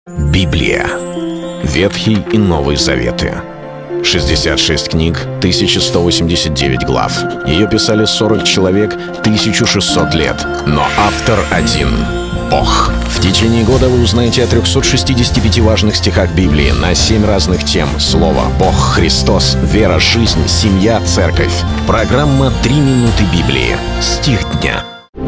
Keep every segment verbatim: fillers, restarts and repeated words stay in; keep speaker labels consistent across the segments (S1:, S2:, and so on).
S1: Библия. Ветхий и Новый Заветы. шестьдесят шесть книг, тысяча сто восемьдесят девять глав. Ее писали сорок человек, тысяча шестьсот лет. Но автор один — Бог. В течение года вы узнаете о трёхстах шестидесяти пяти важных стихах Библии на семь разных тем. Слово, Бог, Христос, вера, жизнь, семья, церковь. Программа «Три минуты Библии». Стих дня.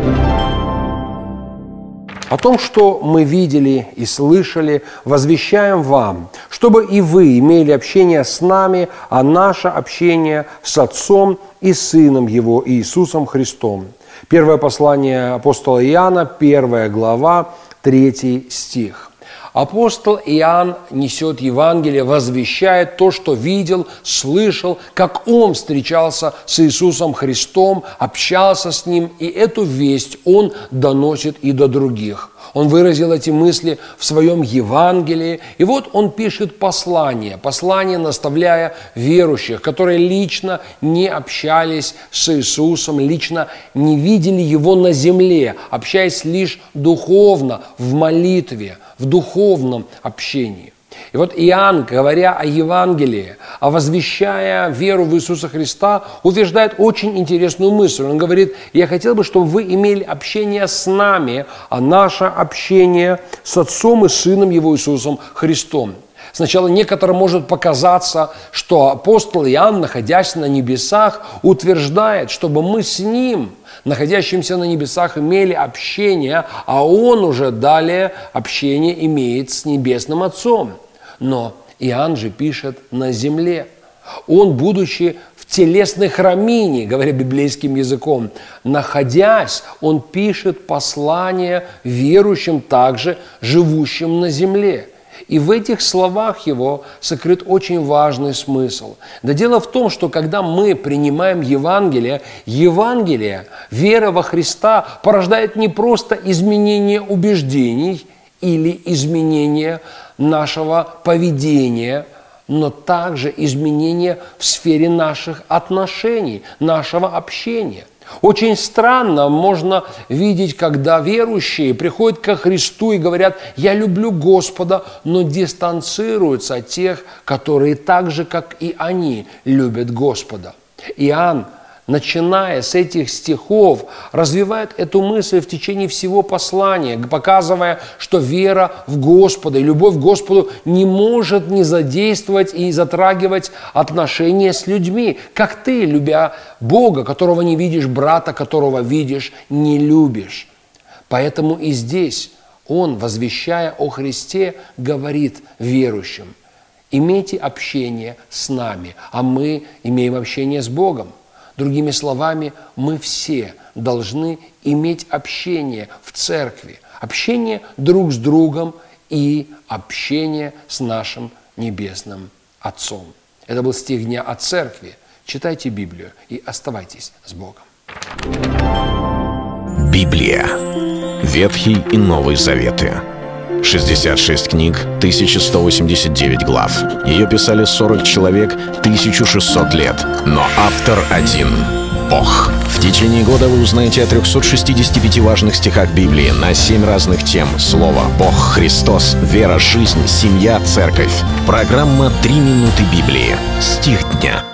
S2: О том, что мы видели и слышали, возвещаем вам, чтобы и вы имели общение с нами, а наше общение с Отцом и Сыном Его Иисусом Христом. Первое послание апостола Иоанна, первая глава, третий стих. Апостол Иоанн несет Евангелие, возвещает то, что видел, слышал, как он встречался с Иисусом Христом, общался с Ним, и эту весть он доносит и до других. Он выразил эти мысли в своем Евангелии, и вот он пишет послание, послание, наставляя верующих, которые лично не общались с Иисусом, лично не видели Его на земле, общаясь лишь духовно, в молитве, в духовном общении. И вот Иоанн, говоря о Евангелии, а возвещая веру в Иисуса Христа, утверждает очень интересную мысль. Он говорит: я хотел бы, чтобы вы имели общение с нами, а наше общение с Отцом и Сыном Его Иисусом Христом. Сначала некоторым может показаться, что апостол Иоанн, находясь на небесах, утверждает, чтобы мы с ним, находящимся на небесах, имели общение, а он уже далее общение имеет с Небесным Отцом. Но Иоанн же пишет на земле. Он, будучи в телесной храмине, говоря библейским языком, находясь, он пишет послание верующим, также живущим на земле. И в этих словах его сокрыт очень важный смысл. Да дело в том, что когда мы принимаем Евангелие, Евангелие, вера во Христа, порождает не просто изменение убеждений или изменение нашего поведения, но также изменение в сфере наших отношений, нашего общения. Очень странно можно видеть, когда верующие приходят ко Христу и говорят: «Я люблю Господа», но дистанцируются от тех, которые так же, как и они, любят Господа. Иоанн, начиная с этих стихов, развивает эту мысль в течение всего послания, показывая, что вера в Господа и любовь к Господу не может не задействовать и затрагивать отношения с людьми. Как ты, любя Бога, которого не видишь, брата, которого видишь, не любишь. Поэтому и здесь он, возвещая о Христе, говорит верующим: имейте общение с нами, а мы имеем общение с Богом. Другими словами, мы все должны иметь общение в церкви, общение друг с другом и общение с нашим Небесным Отцом. Это был стих дня о церкви. Читайте Библию и оставайтесь с Богом.
S1: Библия. Ветхий и Новый Заветы. шестьдесят шесть книг, тысяча сто восемьдесят девять глав. Ее писали сорок человек, тысяча шестьсот лет. Но автор один — Бог. В течение года вы узнаете о трёхстах шестидесяти пяти важных стихах Библии на семь разных тем. Слово, Бог, Христос, вера, жизнь, семья, церковь. Программа «Три минуты Библии». Стих дня.